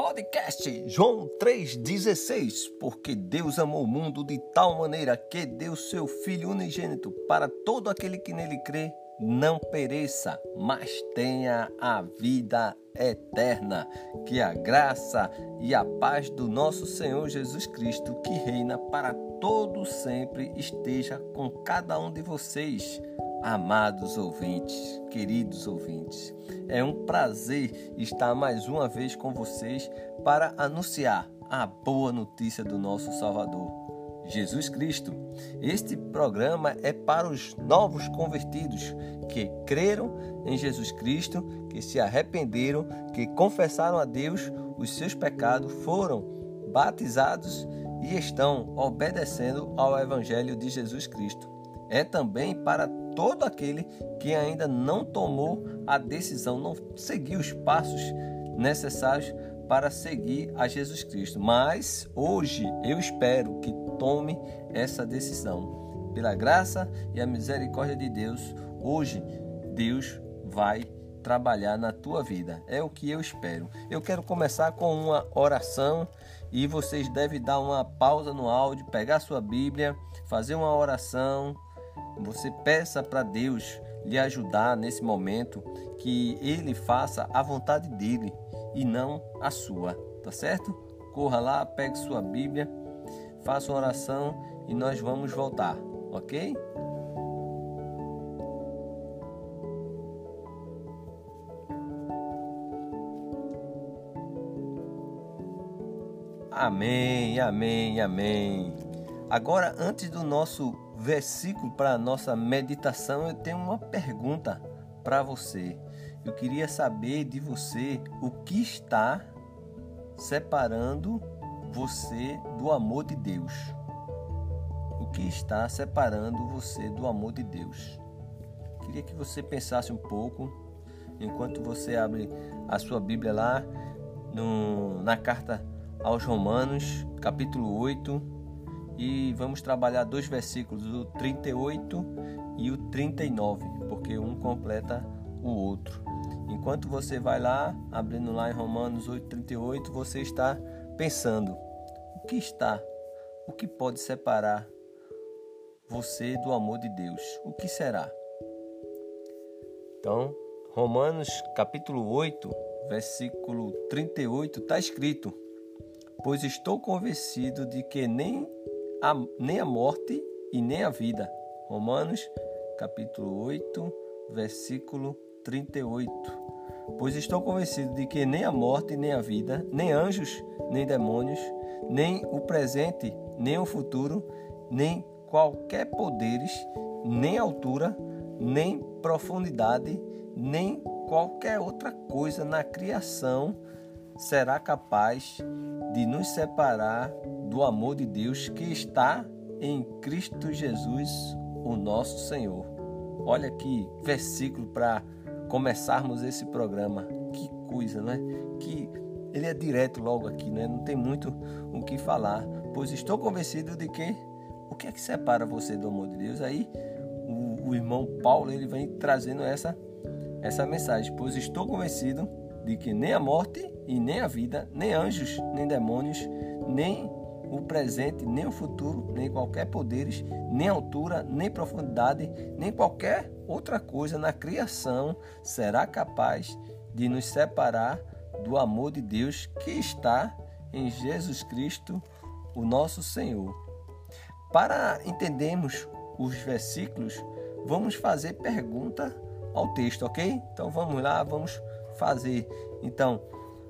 podcast João 3,16, porque Deus amou o mundo de tal maneira que deu seu Filho unigênito para todo aquele que nele crê, não pereça, mas tenha a vida eterna. Que a graça e a paz do nosso Senhor Jesus Cristo, que reina para todo sempre, esteja com cada um de vocês. Amados ouvintes, queridos ouvintes, é um prazer estar mais uma vez com vocês para anunciar a boa notícia do nosso Salvador, Jesus Cristo. Este programa é para os novos convertidos que creram em Jesus Cristo, que se arrependeram, que confessaram a Deus os seus pecados, foram batizados e estão obedecendo ao Evangelho de Jesus Cristo. É também para todo aquele que ainda não tomou a decisão, não seguiu os passos necessários para seguir a Jesus Cristo. Mas hoje eu espero que tome essa decisão. Pela graça e a misericórdia de Deus, hoje Deus vai trabalhar na tua vida. É o que eu espero. Eu quero começar com uma oração e vocês devem dar uma pausa no áudio, pegar sua Bíblia, fazer uma oração. Você peça para Deus lhe ajudar nesse momento, que Ele faça a vontade dEle e não a sua, tá certo? Corra lá, pegue sua Bíblia, faça uma oração e nós vamos voltar, ok? Amém, amém, amém. Agora, antes do nosso versículo para a nossa meditação, eu tenho uma pergunta para você. Eu queria saber de você o que está separando você do amor de Deus. O que está separando você do amor de Deus? Queria que você pensasse um pouco, enquanto você abre a sua Bíblia lá na carta aos Romanos, capítulo 8, e vamos trabalhar dois versículos, o 38 e o 39, porque um completa o outro. Enquanto você vai lá, abrindo lá em Romanos 8, 38, você está pensando, o que pode separar você do amor de Deus? O que será? Então, Romanos capítulo 8, versículo 38, está escrito: pois estou convencido de que nem a morte e nem a vida. Romanos capítulo 8, versículo 38. Pois estou convencido de que nem a morte nem a vida, nem anjos, nem demônios, nem o presente, nem o futuro, nem qualquer poderes, nem altura, nem profundidade, nem qualquer outra coisa na criação será capaz de nos separar do amor de Deus que está em Cristo Jesus, o nosso Senhor. Olha que versículo para começarmos esse programa. Que coisa, não é? Que ele é direto logo aqui, né? Não tem muito o que falar. Pois estou convencido de que o que é que separa você do amor de Deus? Aí o irmão Paulo, ele vem trazendo essa mensagem. Pois estou convencido de que nem a morte e nem a vida, nem anjos, nem demônios, nem o presente, nem o futuro, nem qualquer poderes, nem altura, nem profundidade, nem qualquer outra coisa na criação será capaz de nos separar do amor de Deus que está em Jesus Cristo, o nosso Senhor. Para entendermos os versículos, vamos fazer pergunta ao texto, ok? Então vamos lá, vamos fazer. Então,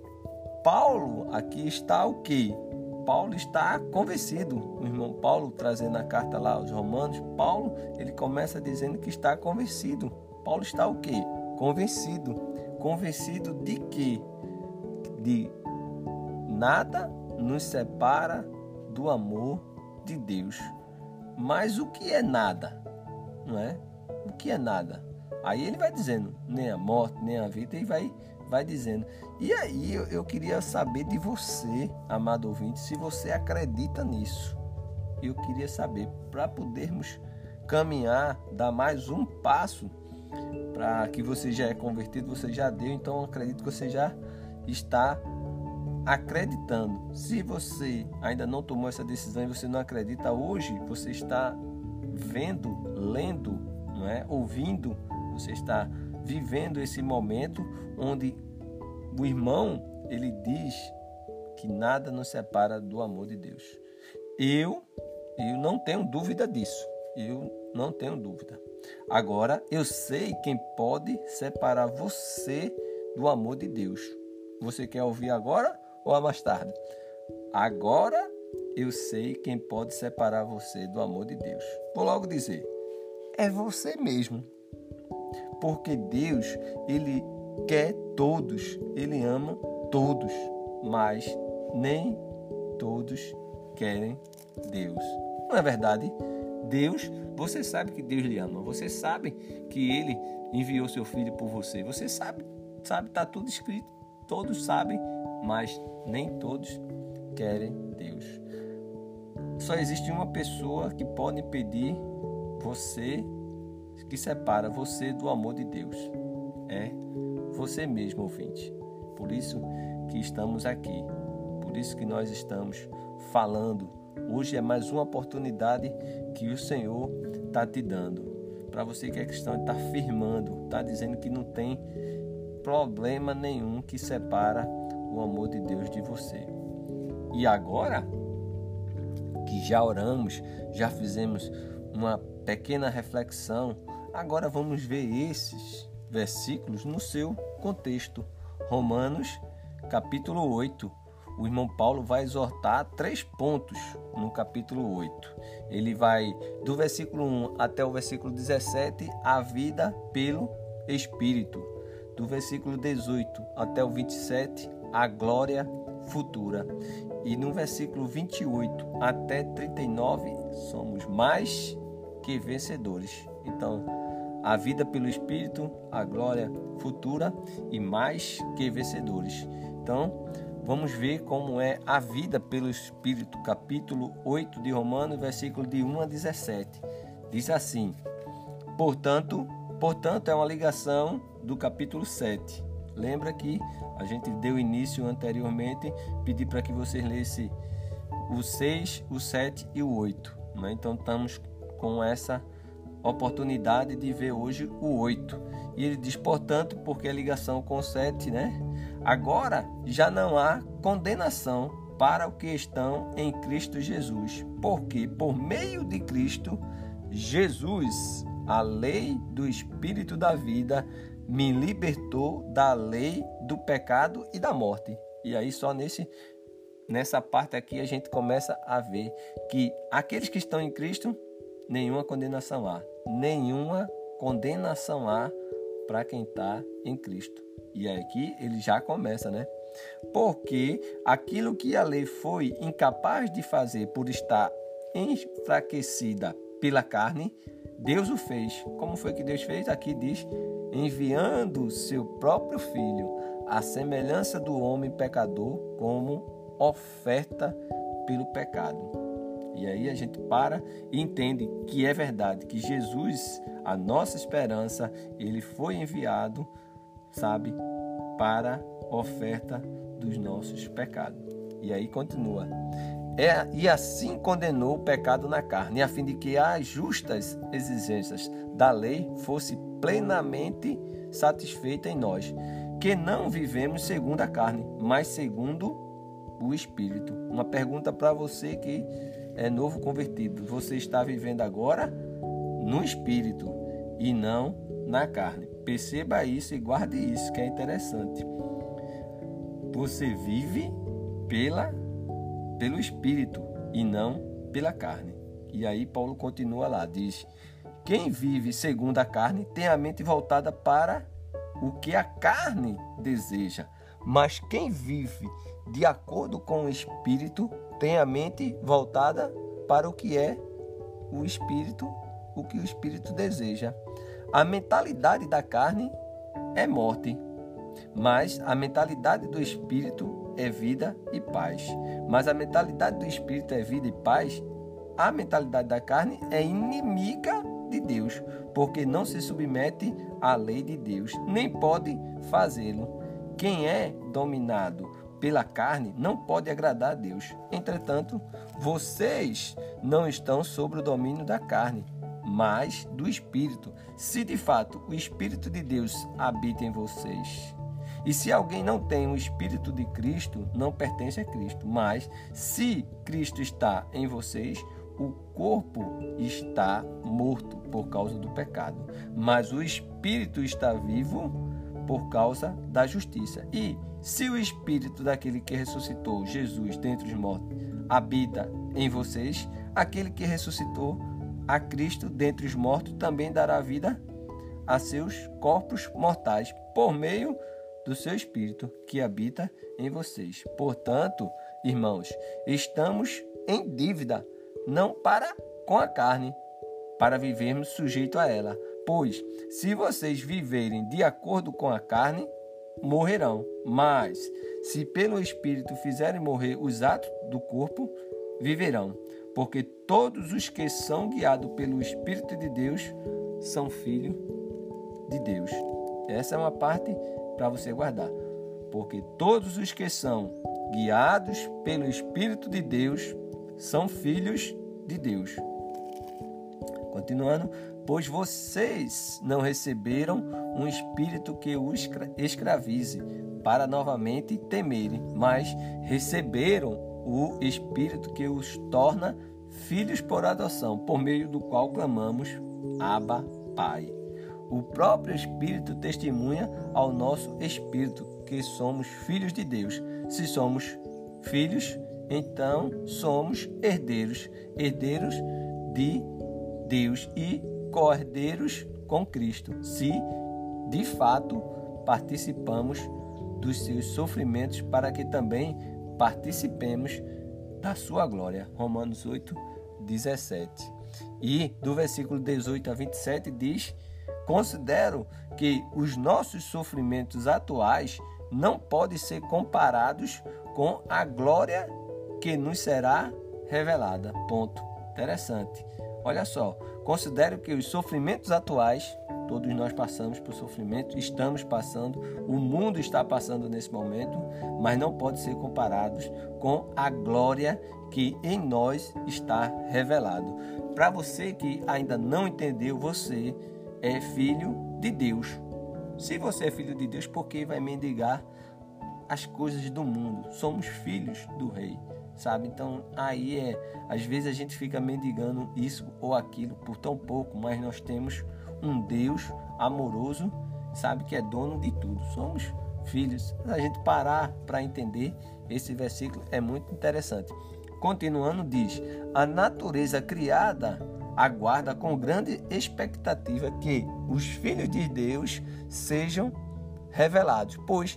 Paulo aqui está o quê? Paulo está convencido. O irmão Paulo, trazendo a carta lá aos Romanos, Paulo, ele começa dizendo que está convencido. Paulo está o quê? Convencido. Convencido de que? De nada nos separa do amor de Deus. Mas o que é nada? Não é? O que é nada? Aí ele vai dizendo, nem a morte, nem a vida, e vai dizendo. E aí eu queria saber de você, amado ouvinte, se você acredita nisso. Eu queria saber, para podermos caminhar, dar mais um passo, para que você já é convertido, você já deu, então eu acredito que você já está acreditando. Se você ainda não tomou essa decisão e você não acredita hoje, você está vendo, lendo, não é? Ouvindo, você está vivendo esse momento onde o irmão, ele diz que nada nos separa do amor de Deus. Eu não tenho dúvida disso. Eu não tenho dúvida. Agora, eu sei quem pode separar você do amor de Deus. Você quer ouvir agora ou mais tarde? Agora eu sei quem pode separar você do amor de Deus. Vou logo dizer, é você mesmo. Porque Deus, Ele quer todos, Ele ama todos, mas nem todos querem Deus. Não é verdade? Deus, você sabe que Deus lhe ama, você sabe que Ele enviou seu Filho por você, você sabe, está tudo escrito, todos sabem, mas nem todos querem Deus. Só existe uma pessoa que pode impedir você, que separa você do amor de Deus. É você mesmo, ouvinte. Por isso que estamos aqui, por isso que nós estamos falando. Hoje é mais uma oportunidade que o Senhor está te dando. Para você que é cristão, Ele está afirmando, está dizendo que não tem problema nenhum que separa o amor de Deus de você. E agora que já oramos, já fizemos uma pequena reflexão, agora vamos ver esses versículos no seu contexto. Romanos, capítulo 8. O irmão Paulo vai exortar 3 pontos no capítulo 8. Ele vai do versículo 1 até o versículo 17, a vida pelo Espírito. Do versículo 18 até o 27, a glória futura. E no versículo 28 até 39, somos mais que vencedores. Então, a vida pelo Espírito, a glória futura e mais que vencedores. Então, vamos ver como é a vida pelo Espírito, capítulo 8 de Romanos, versículo de 1 a 17. Diz assim: Portanto, é uma ligação do capítulo 7. Lembra que a gente deu início anteriormente, pedi para que vocês lessem o 6, o 7 e o 8. Né? Então, estamos com essa oportunidade de ver hoje o 8. E ele diz, portanto, porque a ligação com o 7, né? Agora já não há condenação para os que estão em Cristo Jesus, porque por meio de Cristo Jesus, a lei do Espírito da vida me libertou da lei do pecado e da morte. E aí só nessa parte aqui a gente começa a ver que aqueles que estão em Cristo, nenhuma condenação há. Nenhuma condenação há para quem está em Cristo. E aqui ele já começa, né? Porque aquilo que a lei foi incapaz de fazer por estar enfraquecida pela carne, Deus o fez. Como foi que Deus fez? Aqui diz, enviando o seu próprio Filho, à semelhança do homem pecador, como oferta pelo pecado. E aí a gente para e entende que é verdade, que Jesus, a nossa esperança, ele foi enviado, sabe, para oferta dos nossos pecados. E aí continua. E assim condenou o pecado na carne, a fim de que as justas exigências da lei fosse plenamente satisfeita em nós, que não vivemos segundo a carne, mas segundo o Espírito. Uma pergunta para você que é novo convertido. Você está vivendo agora no Espírito e não na carne. Perceba isso e guarde isso, que é interessante. Você vive pelo Espírito e não pela carne. E aí Paulo continua lá, diz: quem vive segundo a carne tem a mente voltada para o que a carne deseja, mas quem vive de acordo com o Espírito tem a mente voltada para o que é o Espírito, o que o Espírito deseja. A mentalidade da carne é morte, mas a mentalidade do Espírito é vida e paz. Mas a mentalidade do Espírito é vida e paz. A mentalidade da carne é inimiga de Deus, porque não se submete à lei de Deus, nem pode fazê-lo. Quem é dominado pela carne não pode agradar a Deus. Entretanto, vocês não estão sob o domínio da carne, mas do Espírito, se de fato o Espírito de Deus habita em vocês. E se alguém não tem o Espírito de Cristo, não pertence a Cristo. Mas se Cristo está em vocês, o corpo está morto por causa do pecado, mas o Espírito está vivo por causa da justiça. E se o Espírito daquele que ressuscitou Jesus dentre os mortos habita em vocês, aquele que ressuscitou a Cristo dentre os mortos também dará vida a seus corpos mortais por meio do seu Espírito que habita em vocês. Portanto, irmãos, estamos em dívida, não para com a carne, para vivermos sujeito a ela. Pois, se vocês viverem de acordo com a carne, morrerão. Mas, se pelo Espírito fizerem morrer os atos do corpo, viverão. Porque todos os que são guiados pelo Espírito de Deus são filhos de Deus. Essa é uma parte para você guardar. Porque todos os que são guiados pelo Espírito de Deus são filhos de Deus. Continuando, pois vocês não receberam um espírito que os escravize para novamente temerem, mas receberam o Espírito que os torna filhos por adoção, por meio do qual clamamos, Abba, Pai. O próprio Espírito testemunha ao nosso espírito que somos filhos de Deus. Se somos filhos, então somos herdeiros, herdeiros de Deus e co-herdeiros com Cristo, se de fato participamos dos seus sofrimentos, para que também participemos da sua glória. Romanos 8, 17. E do versículo 18 a 27 diz: considero que os nossos sofrimentos atuais não podem ser comparados com a glória que nos será revelada. Ponto. Interessante. Olha só, considero que os sofrimentos atuais, todos nós passamos por sofrimento, estamos passando, o mundo está passando nesse momento, mas não pode ser comparados com a glória que em nós está revelado. Para você que ainda não entendeu, você é filho de Deus. Se você é filho de Deus, por que vai mendigar as coisas do mundo? Somos filhos do Rei. Sabe? Então, aí às vezes a gente fica mendigando isso ou aquilo por tão pouco, mas nós temos um Deus amoroso, sabe, que é dono de tudo. Somos filhos. Se a gente parar para entender, esse versículo é muito interessante. Continuando, diz: a natureza criada aguarda com grande expectativa que os filhos de Deus sejam revelados, pois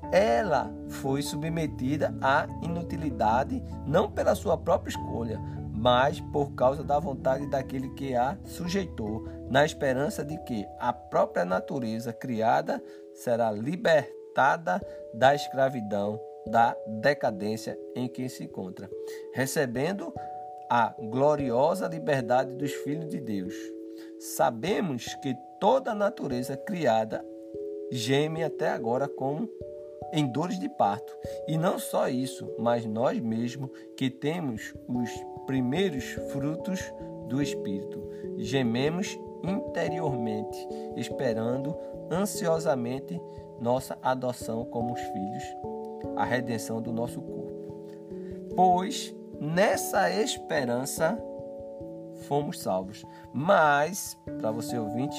ela foi submetida à inutilidade, não pela sua própria escolha, mas por causa da vontade daquele que a sujeitou, na esperança de que a própria natureza criada será libertada da escravidão, da decadência em que se encontra, recebendo a gloriosa liberdade dos filhos de Deus. Sabemos que toda a natureza criada geme até agora como em dores de parto. E não só isso, mas nós mesmos que temos os primeiros frutos do Espírito, gememos interiormente, esperando ansiosamente nossa adoção como os filhos, a redenção do nosso corpo. Pois nessa esperança fomos salvos. Mas, para você ouvinte,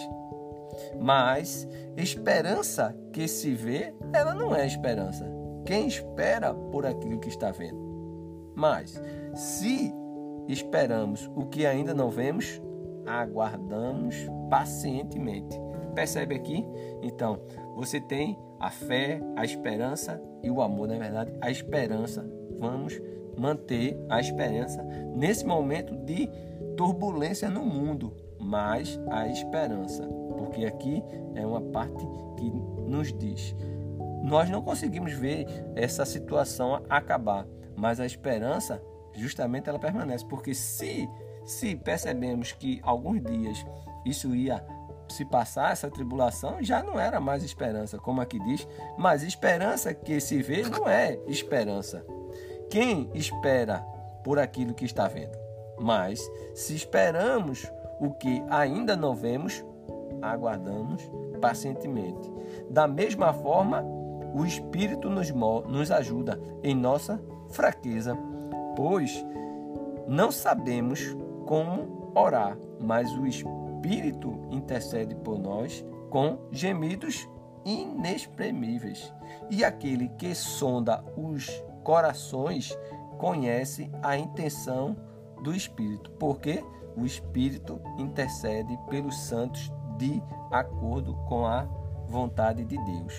mas esperança que se vê, ela não é esperança. Quem espera por aquilo que está vendo? Mas se esperamos o que ainda não vemos, aguardamos pacientemente. Percebe aqui? Então, você tem a fé, a esperança e o amor, na verdade, a esperança. Vamos manter a esperança nesse momento de turbulência no mundo, mas a esperança, porque aqui é uma parte que nos diz: nós não conseguimos ver essa situação acabar, mas a esperança, justamente, ela permanece, porque se percebemos que alguns dias isso ia se passar essa tribulação, já não era mais esperança, como aqui diz, mas esperança que se vê não é esperança. Quem espera por aquilo que está vendo? Mas se esperamos o que ainda não vemos, aguardamos pacientemente. Da mesma forma, o Espírito nos ajuda em nossa fraqueza, pois não sabemos como orar, mas o Espírito intercede por nós com gemidos inexprimíveis. E aquele que sonda os corações conhece a intenção do Espírito, porque o Espírito intercede pelos santos de acordo com a vontade de Deus.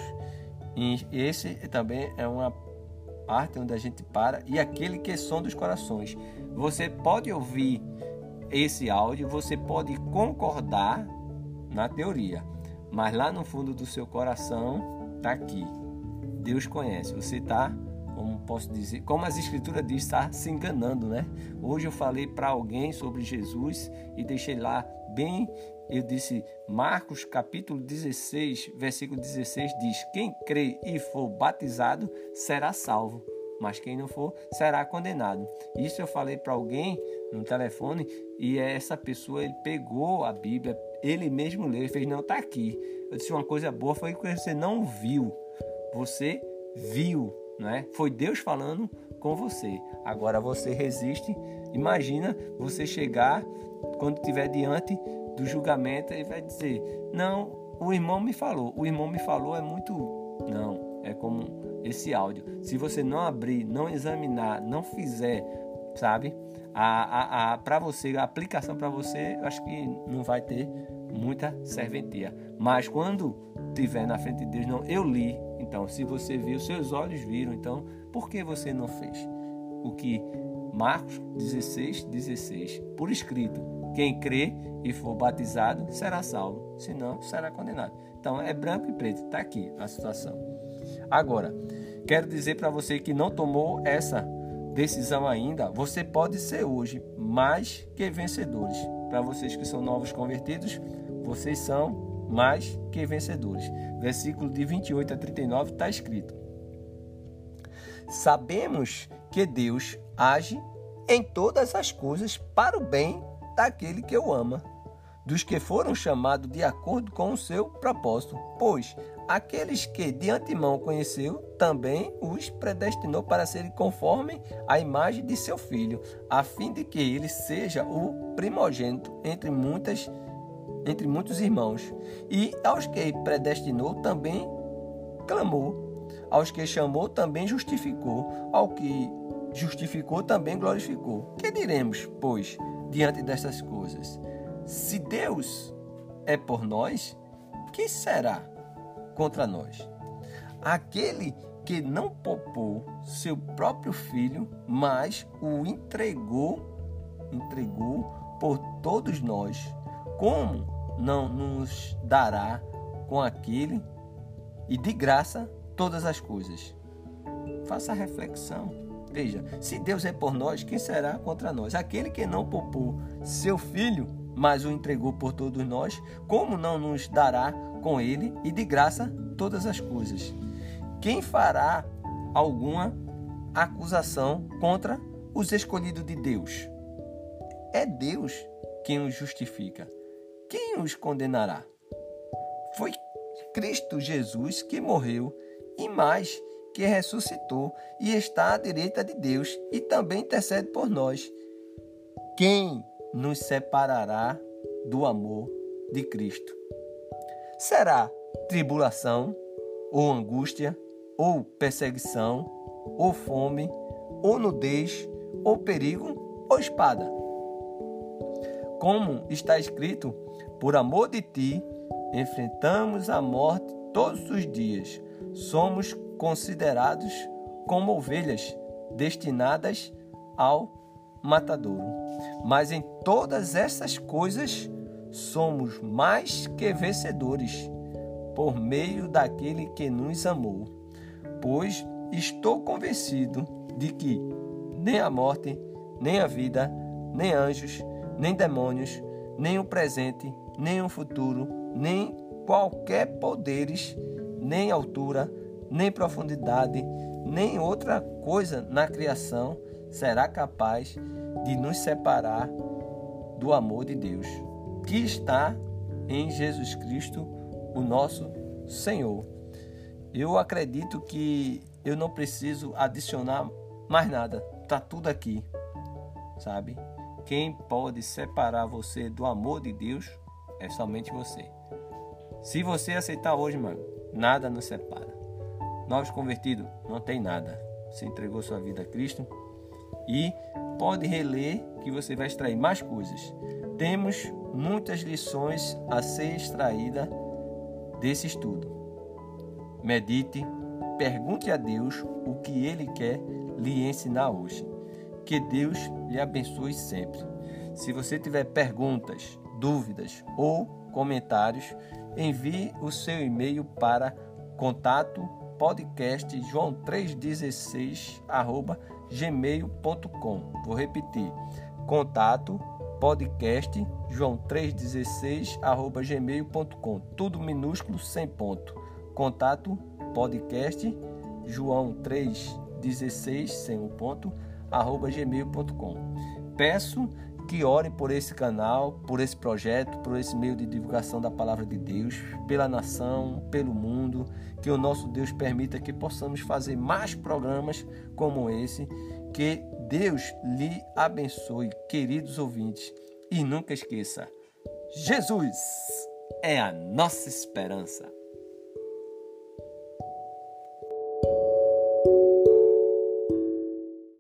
E esse também é uma parte onde a gente para. E aquele que sonda os corações. Você pode ouvir esse áudio, você pode concordar na teoria, mas lá no fundo do seu coração está aqui. Deus conhece. Você está, como posso dizer, como as escrituras dizem, está se enganando, né? Hoje eu falei para alguém sobre Jesus e deixei lá bem, eu disse, Marcos capítulo 16, versículo 16 diz: quem crê e for batizado será salvo, mas quem não for será condenado. Isso eu falei para alguém no telefone e essa pessoa, ele pegou a Bíblia, ele mesmo leu e fez, não, está aqui. Eu disse, uma coisa boa foi que você não viu, você viu, né? Foi Deus falando com você. Agora você resiste. Imagina você chegar, quando estiver diante do julgamento, e vai dizer, não, o irmão me falou. O irmão me falou é muito... Não, é como esse áudio. Se você não abrir, não examinar, não fizer, sabe? Para você, a aplicação para você, eu acho que não vai ter muita serventia. Mas quando estiver na frente de Deus, não, eu li. Então, se você viu, seus olhos viram. Então, por que você não fez? O que Marcos 16, por escrito, quem crê e for batizado será salvo, senão será condenado. Então, é branco e preto, está aqui a situação. Agora, quero dizer para você que não tomou essa decisão ainda, você pode ser hoje mais que vencedores. Para vocês que são novos convertidos, vocês são mais que vencedores. Versículo de 28 a 39 está escrito: sabemos que Deus age em todas as coisas para o bem daquele que o ama, dos que foram chamados de acordo com o seu propósito. Pois aqueles que de antemão conheceu, também os predestinou para serem conforme a imagem de seu Filho, a fim de que ele seja o primogênito entre muitos irmãos. E aos que predestinou também clamou, aos que chamou também justificou, ao que justificou também glorificou. Que diremos, pois, diante destas coisas? Se Deus é por nós, que será contra nós? Aquele que não poupou seu próprio Filho, mas o entregou por todos nós, como não nos dará com aquele e de graça todas as coisas? Faça a reflexão. Veja, se Deus é por nós, quem será contra nós? Aquele que não poupou seu Filho, mas o entregou por todos nós, como não nos dará com ele e de graça todas as coisas? Quem fará alguma acusação contra os escolhidos de Deus? É Deus quem os justifica. Quem os condenará? Foi Cristo Jesus que morreu e mais, que ressuscitou e está à direita de Deus e também intercede por nós. Quem nos separará do amor de Cristo? Será tribulação, ou angústia, ou perseguição, ou fome, ou nudez, ou perigo, ou espada? Como está escrito, por amor de ti, enfrentamos a morte todos os dias. Somos considerados como ovelhas destinadas ao matadouro. Mas em todas essas coisas somos mais que vencedores, por meio daquele que nos amou. Pois estou convencido de que nem a morte, nem a vida, nem anjos, nem demônios, nem o presente, nem o futuro, nem qualquer poderes, nem altura, nem profundidade, nem outra coisa na criação será capaz de nos separar do amor de Deus, que está em Jesus Cristo, o nosso Senhor. Eu acredito que eu não preciso adicionar mais nada, está tudo aqui, sabe? Quem pode separar você do amor de Deus é somente você. Se você aceitar hoje, mano, nada nos separa. Novos convertidos, não tem nada. Você entregou sua vida a Cristo e pode reler que você vai extrair mais coisas. Temos muitas lições a ser extraídas desse estudo. Medite, pergunte a Deus o que Ele quer lhe ensinar hoje. Que Deus lhe abençoe sempre. Se você tiver perguntas, dúvidas ou comentários, envie o seu e-mail para contato.podcast joão316@gmail.com. Vou repetir: contato.podcastjoão316@gmail.com. Tudo minúsculo, sem ponto. Contato podcast joão316 sem um ponto @gmail.com. Peço que orem por esse canal, por esse projeto, por esse meio de divulgação da palavra de Deus, pela nação, pelo mundo, que o nosso Deus permita que possamos fazer mais programas como esse. Que Deus lhe abençoe, queridos ouvintes, e nunca esqueça, Jesus é a nossa esperança.